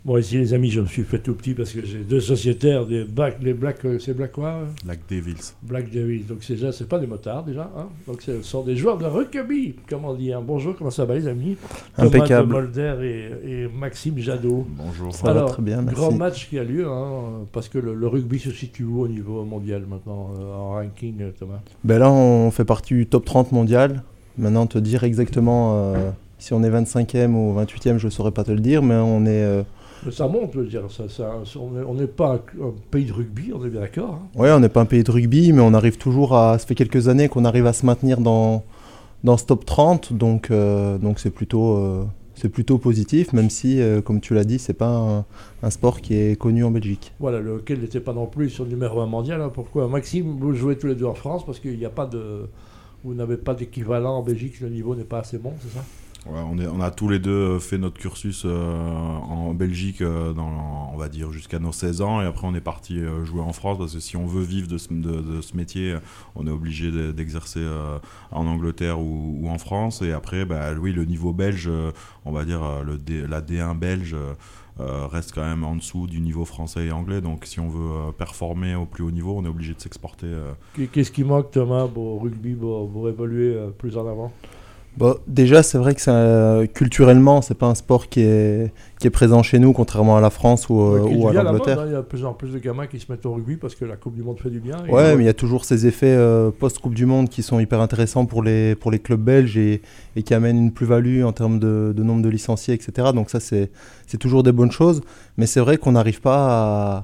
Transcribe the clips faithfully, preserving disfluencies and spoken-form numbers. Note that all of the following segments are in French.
Bon, ici, les amis, je me suis fait tout petit parce que j'ai deux sociétaires, des Black, les Black, euh, c'est Black quoi? Black Devils. Black Devils. Donc, c'est déjà, c'est pas des motards déjà. Hein. Donc, ce sont des joueurs de rugby, comme on dit. Hein. Bonjour, comment ça va, les amis? Impeccable. Thomas de Molder et, et Maxime Jadot. Bonjour. Ça Alors, va très bien, merci. grand match qui a lieu, hein, parce que le, le rugby se situe où au niveau mondial maintenant, euh, en ranking, euh, Thomas? Ben là, on fait partie du top trente mondial. Maintenant, te dire exactement euh, si on est vingt-cinquième ou vingt-huitième, je ne saurais pas te le dire, mais on est... Euh, Mais ça monte, je veux dire. Ça, ça, on n'est pas un, un pays de rugby, on est bien d'accord. Hein. Oui, on n'est pas un pays de rugby, mais on arrive toujours à... Ça fait quelques années qu'on arrive à se maintenir dans, dans ce top trente, donc euh, donc c'est plutôt, euh, c'est plutôt positif, même si, euh, comme tu l'as dit, ce n'est pas un, un sport qui est connu en Belgique. Voilà, lequel n'était pas non plus sur le numéro un mondial. Hein. Pourquoi? Maxime, vous jouez tous les deux en France, parce qu'il n'y a pas de... Vous n'avez pas d'équivalent en Belgique, le niveau n'est pas assez bon, c'est ça? Ouais, on, est, on a tous les deux fait notre cursus euh, en Belgique, euh, dans, on va dire jusqu'à nos seize ans, et après on est parti euh, jouer en France, parce que si on veut vivre de ce, de, de ce métier, on est obligé de, d'exercer euh, en Angleterre ou, ou en France. Et après, bah, oui, le niveau belge, euh, on va dire euh, le D, la D un belge euh, reste quand même en dessous du niveau français et anglais. Donc si on veut euh, performer au plus haut niveau, on est obligé de s'exporter. Euh. Qu'est-ce qui manque, Thomas, au rugby pour, pour évoluer euh, plus en avant? Bon, déjà, c'est vrai que c'est, euh, culturellement, c'est pas un sport qui est, qui est présent chez nous, contrairement à la France ou, euh, ouais, ou à l'Angleterre. Mode, hein, il y a de plus en plus de gamins qui se mettent au rugby parce que la Coupe du Monde fait du bien. Ouais, mais il y a toujours ces effets euh, post-Coupe du Monde qui sont hyper intéressants pour les, pour les clubs belges et, et qui amènent une plus-value en termes de, de nombre de licenciés, et cetera. Donc ça, c'est, c'est toujours des bonnes choses. Mais c'est vrai qu'on n'arrive pas à...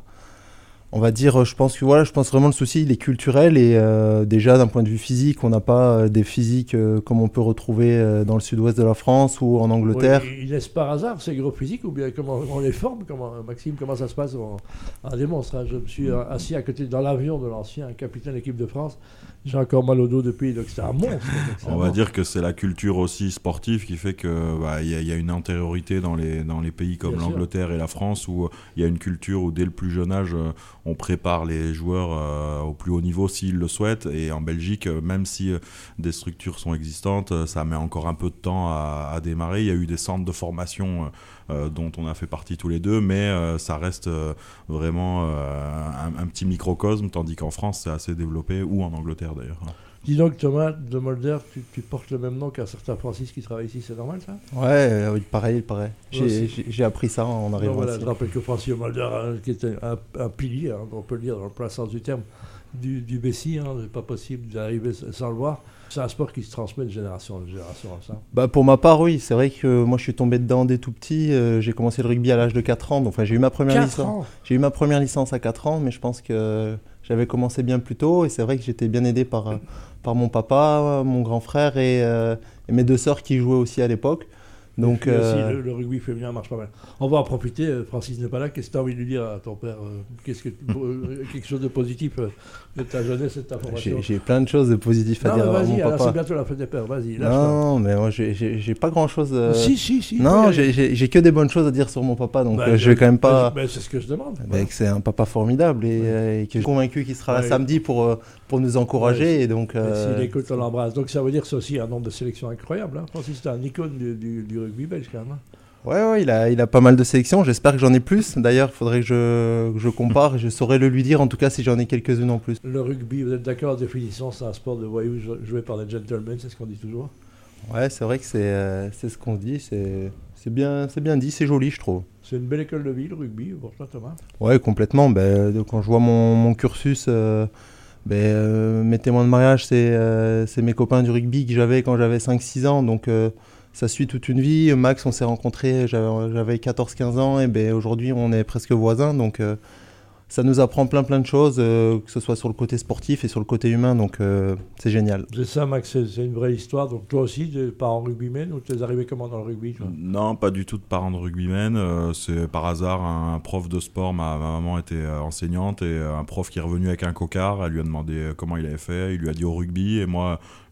On va dire, je pense que voilà, je pense vraiment le souci il est culturel et euh, déjà d'un point de vue physique, on n'a pas euh, des physiques euh, comme on peut retrouver euh, dans le sud-ouest de la France ou en Angleterre. Oui, ils laissent par hasard ces gros physiques ou bien comment on les forme? Comment, Maxime, comment ça se passe? On, on démonstre. Hein. Je me suis assis à côté dans l'avion de l'ancien capitaine de l'équipe de France. J'ai encore mal au dos depuis, donc c'est un monstre. C'est on un va monstre. dire que c'est la culture aussi sportive qui fait qu'il bah, y, y a une antériorité dans les, dans les pays comme bien l'Angleterre sûr. Et la France où il y a une culture où dès le plus jeune âge, on prépare les joueurs euh, au plus haut niveau s'ils le souhaitent. Et en Belgique, même si euh, des structures sont existantes, ça met encore un peu de temps à, à démarrer. Il y a eu des centres de formation euh, dont on a fait partie tous les deux, mais euh, ça reste euh, vraiment euh, un, un petit microcosme, tandis qu'en France, c'est assez développé, ou en Angleterre d'ailleurs. Dis donc, Thomas de Molder, tu, tu portes le même nom qu'un certain Francis qui travaille ici, c'est normal ça? Ouais, euh, pareil, pareil. J'ai, j'ai, j'ai appris ça en arrivant voilà, ici. Je rappelle que Francis de Molder, hein, qui était un, un pilier, hein, on peut le dire dans le plein sens du terme, du, du Bessie, hein, c'est pas possible d'arriver sans le voir. C'est un sport qui se transmet de génération en génération. Ça. Bah pour ma part, oui. C'est vrai que moi, je suis tombé dedans dès tout petit. Euh, j'ai commencé le rugby à l'âge de quatre ans. Donc, enfin, j'ai eu ma première licence. J'ai eu ma première licence à quatre ans, mais je pense que j'avais commencé bien plus tôt. Et c'est vrai que j'étais bien aidé par, euh, par mon papa, mon grand frère et, euh, et mes deux sœurs qui jouaient aussi à l'époque. Donc, euh... aussi, le, le rugby féminin marche pas mal. On va en profiter. Francis n'est pas là. Qu'est-ce que tu as envie de lui dire à ton père? Qu'est-ce que, quelque chose de positif de ta jeunesse et de ta formation? J'ai, j'ai plein de choses de positif à non, dire à vas-y, mon papa. Alors c'est bientôt la fête des pères. Vas-y. Non, mais moi, j'ai, j'ai, j'ai pas grand-chose. Euh... Si, si, si. Non, j'ai, j'ai, j'ai que des bonnes choses à dire sur mon papa. Donc, bah, euh, je vais quand même pas. Bah, c'est ce que je demande. Bah, voilà. Que c'est un papa formidable et, ouais. euh, et que je suis convaincu qu'il sera là ouais. samedi pour, euh, pour nous encourager. Ouais, et donc. Euh... S'il écoute, on l'embrasse. Donc ça veut dire que c'est aussi un nombre de sélections incroyable. Hein. Francis, c'est un icône du, du, du rugby belge quand même. Hein. Ouais, ouais, il a, il a pas mal de sélections. J'espère que j'en ai plus. D'ailleurs, il faudrait que je, que je compare. Et je saurais le lui dire, en tout cas, si j'en ai quelques-unes en plus. Le rugby, vous êtes d'accord, en définition, c'est un sport de voyous joué par des gentlemen, c'est ce qu'on dit toujours? Ouais, c'est vrai que c'est, euh, c'est ce qu'on dit. C'est, c'est, bien, c'est bien dit, c'est joli, je trouve. C'est une belle école de vie, le rugby, pour toi, Thomas? Ouais, complètement. Ben, quand je vois mon, mon cursus... Euh, Ben, euh, mes témoins de mariage, c'est, euh, c'est mes copains du rugby que j'avais quand j'avais cinq six ans. Donc, euh, ça suit toute une vie. Max, on s'est rencontrés, j'avais, j'avais quatorze quinze ans. Et ben, aujourd'hui, on est presque voisins. Donc, euh, ça nous apprend plein, plein de choses, euh, que ce soit sur le côté sportif et sur le côté humain. Donc, euh, c'est génial. C'est ça, Max, c'est, c'est une vraie histoire. Donc, toi aussi, tu es parent rugbyman ou tu es arrivé comment dans le rugby, toi? Non, pas du tout de parent de rugbyman. Euh, c'est par hasard un prof de sport. Ma, ma maman était euh, enseignante et euh, un prof qui est revenu avec un cocard. Elle lui a demandé comment il avait fait. Il lui a dit au rugby. Et moi,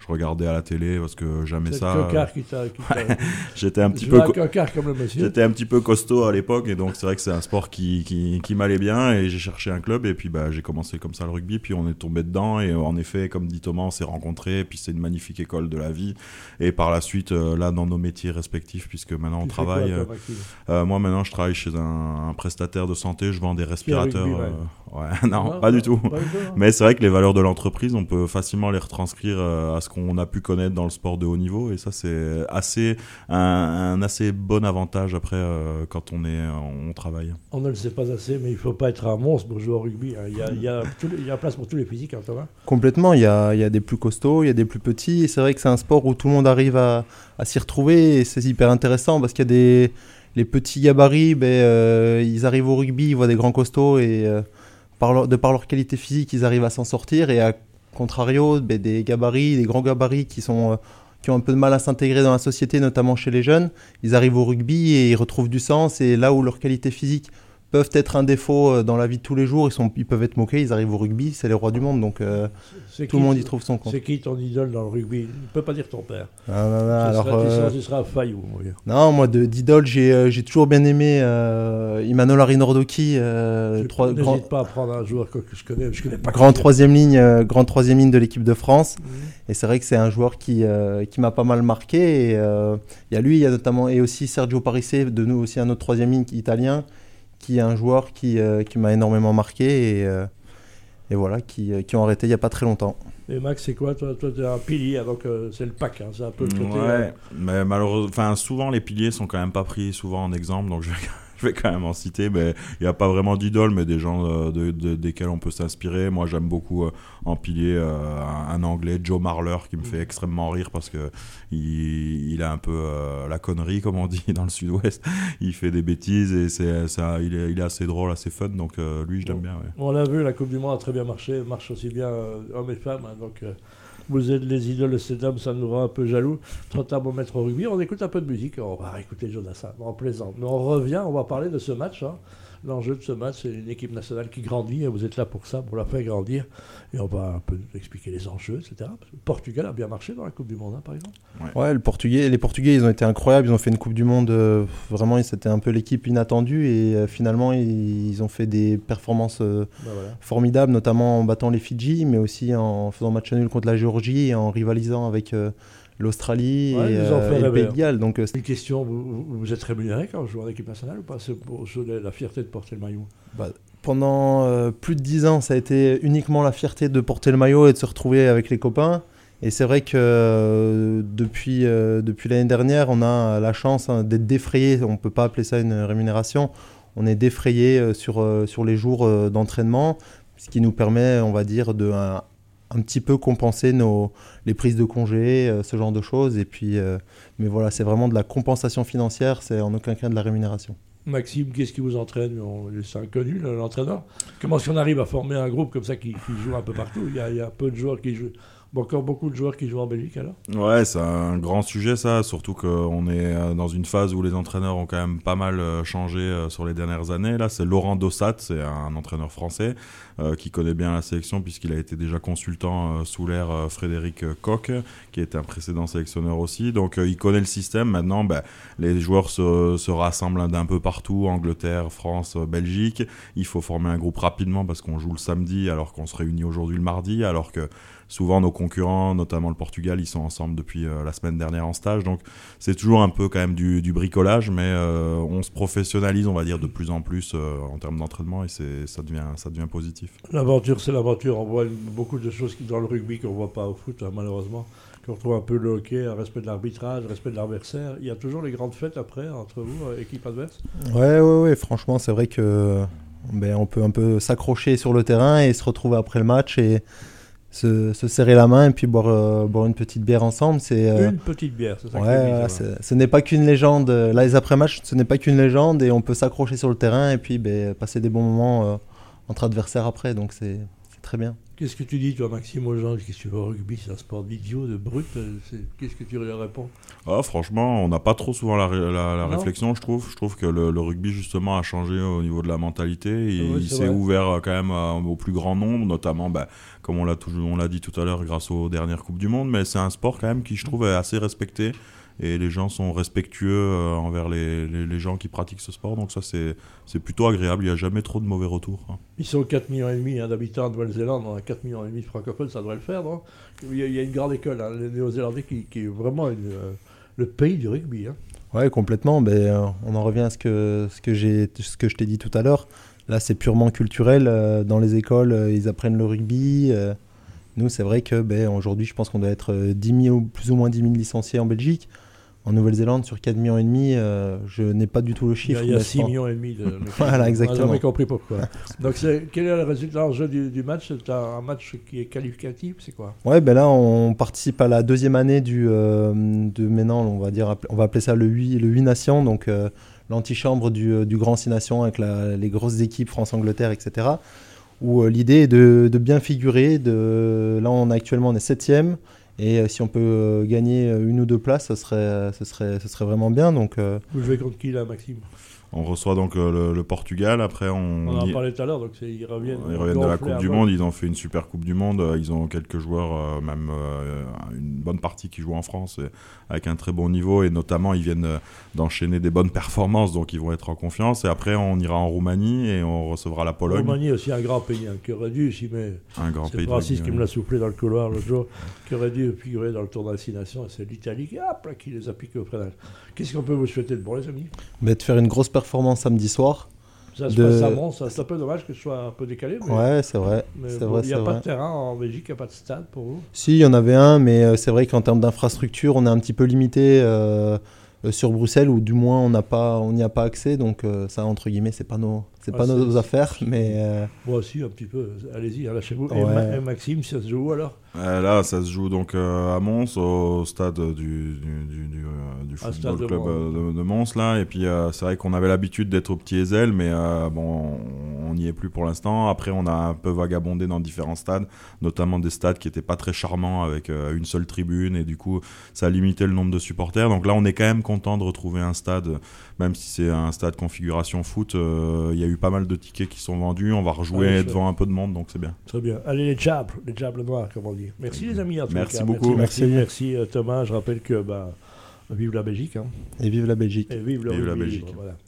je regardais à la télé parce que j'aimais c'est ça. C'est le cocard qui t'a... Qui t'a... Ouais. J'étais un petit je peu... un cocard comme le monsieur. J'étais un petit peu costaud à l'époque et donc c'est vrai que c'est un sport qui, qui, qui m'allait bien et j'ai cherché un club et puis bah, j'ai commencé comme ça le rugby puis on est tombé dedans et en effet, comme dit Thomas, on s'est rencontrés et puis c'est une magnifique école de la vie et par la suite, euh, là dans nos métiers respectifs, puisque maintenant on tu travaille... Quoi, toi, euh, moi maintenant je travaille chez un, un prestataire de santé, je vends des respirateurs. Rugby, ouais. Euh, ouais, non, non, pas du tout. Pas du tout hein. Mais c'est vrai que les valeurs de l'entreprise, on peut facilement les retranscrire euh, à ce qu'on a pu connaître dans le sport de haut niveau et ça c'est assez un, un assez bon avantage après euh, quand on est on travaille. On ne le sait pas assez, mais il ne faut pas être un monstre pour jouer au rugby. Hein. Il y a, il y a, les, il y a place pour tous les physiques, hein, Thomas. Complètement, il y a, il y a des plus costauds, il y a des plus petits et c'est vrai que c'est un sport où tout le monde arrive à, à s'y retrouver et c'est hyper intéressant parce qu'il y a des les petits gabarits, ben, euh, ils arrivent au rugby, ils voient des grands costauds et euh, par leur, de par leur qualité physique, ils arrivent à s'en sortir et à contrario, ben, des gabarits, des grands gabarits qui, sont, euh, qui ont un peu de mal à s'intégrer dans la société, notamment chez les jeunes, ils arrivent au rugby et ils retrouvent du sens et là où leur qualité physique peuvent être un défaut dans la vie de tous les jours, ils, sont, ils peuvent être moqués, ils arrivent au rugby, c'est les rois du monde, donc euh, tout qui, le monde y trouve son compte. C'est qui ton idole dans le rugby? Il ne peut pas dire ton père. Ah, non, non, tu, alors, seras, euh... tu, seras, tu seras Fayou. Non, moi de, d'idole, j'ai, euh, j'ai toujours bien aimé euh, Imanol Arinordoki. Euh, trois, n'hésite grand... pas à prendre un joueur que je connais. Je connais pas grand, troisième ligne, euh, grand troisième ligne de l'équipe de France. Mmh. Et c'est vrai que c'est un joueur qui, euh, qui m'a pas mal marqué. Il euh, y a lui, il y a notamment, et aussi Sergio Parisse, de nous aussi un autre troisième ligne italien, qui est un joueur qui, euh, qui m'a énormément marqué et, euh, et voilà, qui, euh, qui ont arrêté il n'y a pas très longtemps. Et Max, c'est quoi? Toi, toi tu es un pilier, donc euh, c'est le pack, hein, c'est un peu le côté... Ouais, euh... mais malheureusement, enfin, souvent les piliers sont quand même pas pris souvent en exemple, donc je vais, je vais quand même en citer, mais il n'y a pas vraiment d'idole, mais des gens euh, de, de, desquels on peut s'inspirer. Moi, j'aime beaucoup euh, en pilier euh, un, un Anglais, Joe Marler, qui me fait extrêmement rire parce que il, il a un peu euh, la connerie, comme on dit dans le sud-ouest. Il fait des bêtises et c'est, c'est, il, est, il est assez drôle, assez fun, donc euh, lui, je l'aime bien. Ouais. On l'a vu, la Coupe du Monde a très bien marché, marche aussi bien euh, hommes et femmes, hein, donc... Euh... Vous êtes les idoles de cet homme, ça nous rend un peu jaloux. Trop tard pour mettre au rugby. On écoute un peu de musique. On va écouter Jonathan. On plaisante. Mais on revient, on va parler de ce match. Hein. L'enjeu de ce match, c'est une équipe nationale qui grandit. Et vous êtes là pour ça, pour la faire grandir. Et on va un peu expliquer les enjeux, et cetera. Parce que le Portugal a bien marché dans la Coupe du Monde, hein, par exemple. Ouais, ouais le Portugais, les Portugais, ils ont été incroyables. Ils ont fait une Coupe du Monde. Euh, vraiment, c'était un peu l'équipe inattendue. Et euh, finalement, ils, ils ont fait des performances euh, ben voilà. formidables, notamment en battant les Fidji, mais aussi en faisant match nul contre la Géorgie et en rivalisant avec... Euh, l'Australie ouais, et, euh, et le Pays de Galles. Donc, euh, une question, vous, vous êtes rémunéré quand vous jouez en équipe nationale ou pas? C'est pour la fierté de porter le maillot. Bah, pendant euh, plus de dix ans, ça a été uniquement la fierté de porter le maillot et de se retrouver avec les copains. Et c'est vrai que euh, depuis, euh, depuis l'année dernière, on a la chance hein, d'être défrayé. On ne peut pas appeler ça une rémunération. On est défrayé euh, sur, euh, sur les jours euh, d'entraînement, ce qui nous permet, on va dire, de... Un, un petit peu compenser nos, les prises de congés, euh, ce genre de choses. Et puis, euh, mais voilà, c'est vraiment de la compensation financière, c'est en aucun cas de la rémunération. Maxime, qu'est-ce qui vous entraîne? C'est inconnu, l'entraîneur. Comment est-ce qu'on arrive à former un groupe comme ça qui, qui joue un peu partout? Il y, a, il y a peu de joueurs qui jouent. Bon, encore beaucoup de joueurs qui jouent en Belgique alors? Ouais, c'est un grand sujet ça, surtout qu'on est dans une phase où les entraîneurs ont quand même pas mal changé sur les dernières années. Là, c'est Laurent Dossat, c'est un entraîneur français euh, qui connaît bien la sélection puisqu'il a été déjà consultant euh, sous l'ère euh, Frédéric Koch, qui était un précédent sélectionneur aussi. Donc euh, il connaît le système. Maintenant, bah, les joueurs se, se rassemblent d'un peu partout, Angleterre, France, Belgique. Il faut former un groupe rapidement parce qu'on joue le samedi alors qu'on se réunit aujourd'hui le mardi, alors que souvent nos concurrents, notamment le Portugal, ils sont ensemble depuis euh, la semaine dernière en stage, donc c'est toujours un peu quand même du, du bricolage, mais euh, on se professionnalise, on va dire, de plus en plus euh, en termes d'entraînement et c'est, ça, devient, ça devient positif. L'aventure, c'est l'aventure. On voit beaucoup de choses dans le rugby qu'on ne voit pas au foot, hein, malheureusement. Qu'on retrouve un peu le hockey, un respect de l'arbitrage, un respect de l'adversaire. Il y a toujours les grandes fêtes après, entre vous, euh, équipe adverse. Ouais, ouais, ouais. Franchement, c'est vrai que ben, on peut un peu s'accrocher sur le terrain et se retrouver après le match et Se, se serrer la main et puis boire, euh, boire une petite bière ensemble. C'est, euh... Une petite bière, c'est ça ouais, que c'est, ce n'est pas qu'une légende. Là, les après-matchs, ce n'est pas qu'une légende et on peut s'accrocher sur le terrain et puis ben, passer des bons moments euh, entre adversaires après. Donc c'est, c'est très bien. Qu'est-ce que tu dis, toi, Maxime, aux gens? Qu'est-ce que tu veux au rugby? C'est un sport d'idiot, de brut. C'est... Qu'est-ce que tu leur réponds? Ah, franchement, on n'a pas trop souvent la, ré- la, la réflexion, je trouve. Je trouve que le, le rugby, justement, a changé au niveau de la mentalité. Et Oui, il c'est s'est vrai. ouvert euh, quand même à- au plus grand nombre, notamment, bah, comme on l'a, toujours, on l'a dit tout à l'heure, grâce aux dernières Coupes du Monde. Mais c'est un sport quand même qui, je trouve, est assez respecté. Et les gens sont respectueux euh, envers les, les, les gens qui pratiquent ce sport. Donc ça, c'est, c'est plutôt agréable. Il n'y a jamais trop de mauvais retours, hein. Ils sont quatre millions et demi hein, d'habitants en Nouvelle-Zélande, on a quatre millions et demi de francophones, ça devrait le faire, non? Il y a, il y a une grande école, hein, les Néo-Zélandais, qui, qui est vraiment une, euh, le pays du rugby. Hein. Ouais, complètement. Ben, euh, on en revient à ce que, ce, que j'ai, ce que je t'ai dit tout à l'heure. Là, c'est purement culturel. Euh, dans les écoles, euh, ils apprennent le rugby. Euh, nous, c'est vrai que ben, aujourd'hui, je pense qu'on doit être euh, dix mille, plus ou moins dix mille licenciés en Belgique. En Nouvelle-Zélande, sur quatre millions et demi, euh, je n'ai pas du tout le chiffre. Il y a, il y a six millions et demi de. Voilà, exactement. On n'a jamais compris pourquoi. Donc, c'est, quel est le résultat, l'enjeu du, du match? C'est un, un match qui est qualificatif, c'est quoi? Ouais, ben là, on participe à la deuxième année du, euh, de maintenant, on va dire, on va appeler ça le huit, le huit Nations, donc euh, l'antichambre du, du Grand Six Nations avec la, les grosses équipes France-Angleterre, et cetera. Où euh, l'idée est de, de bien figurer. De, là, on a actuellement on est septième. Et euh, si on peut euh, gagner une ou deux places, ce serait, ce serait, ce serait vraiment bien. Donc, euh... Vous jouez contre qui là, Maxime? On reçoit donc euh, le, le Portugal. Après, on, on en y... parlait tout à l'heure, donc c'est, ils reviennent. Ils reviennent de la Coupe du Monde. Ils ont fait une super Coupe du Monde. Ils ont quelques joueurs, euh, même euh, une bonne partie qui jouent en France et, avec un très bon niveau. Et notamment, ils viennent euh, d'enchaîner des bonnes performances, donc ils vont être en confiance. Et après, on ira en Roumanie et on recevra la Pologne. Roumanie aussi un grand pays, hein, qui aurait dû, si mais un grand c'est pays. Francis de qui me l'a soufflé dans le couloir l'autre jour, qui aurait dû figurer dans le tournoi des Six Nations. C'est l'Italie qui, hop, là, qui les a piqués au freinage. Qu'est-ce qu'on peut vous souhaiter de bon, les amis? Mais de faire une grosse performance samedi soir. Ça se de... passe à Mons, c'est un peu dommage que ce soit un peu décalé. Mais... Ouais, c'est vrai. Mais c'est bon, vrai il n'y a c'est pas vrai. de terrain en Belgique, il n'y a pas de stade pour vous? Si, il y en avait un, mais euh, c'est vrai qu'en termes d'infrastructure, on est un petit peu limité euh, euh, sur Bruxelles, ou du moins on n'a pas, on n'y a pas accès. Donc euh, ça, entre guillemets, c'est pas nos, c'est Ah, pas c'est, nos c'est, affaires. c'est, mais euh... moi aussi, un petit peu. Allez-y, lâchez-vous. Ouais. Et, Ma- et Maxime, ça se joue où alors? Euh, là, ça se joue donc euh, à Mons, au stade du, du, du, du, euh, du football de club Mons. euh, de, de Mons là. Et puis euh, c'est vrai qu'on avait l'habitude d'être au Petit Ezel, mais euh, bon, on n'y est plus pour l'instant. Après, on a un peu vagabondé dans différents stades, notamment des stades qui n'étaient pas très charmants avec euh, une seule tribune, et du coup, ça a limité le nombre de supporters. Donc là, on est quand même content de retrouver un stade, même si c'est un stade configuration foot. Il euh, y a eu pas mal de tickets qui sont vendus. On va rejouer Allez, devant un peu de monde, donc c'est bien. Très bien. Allez, les diables, les diables noirs, comme on dit. Merci les amis. En tout Merci cas. beaucoup. Merci, merci, merci, euh, Thomas. Je rappelle que bah, vive la Belgique. Hein. Et vive la Belgique. Et vive le Vive la rugby Belgique. libre, voilà.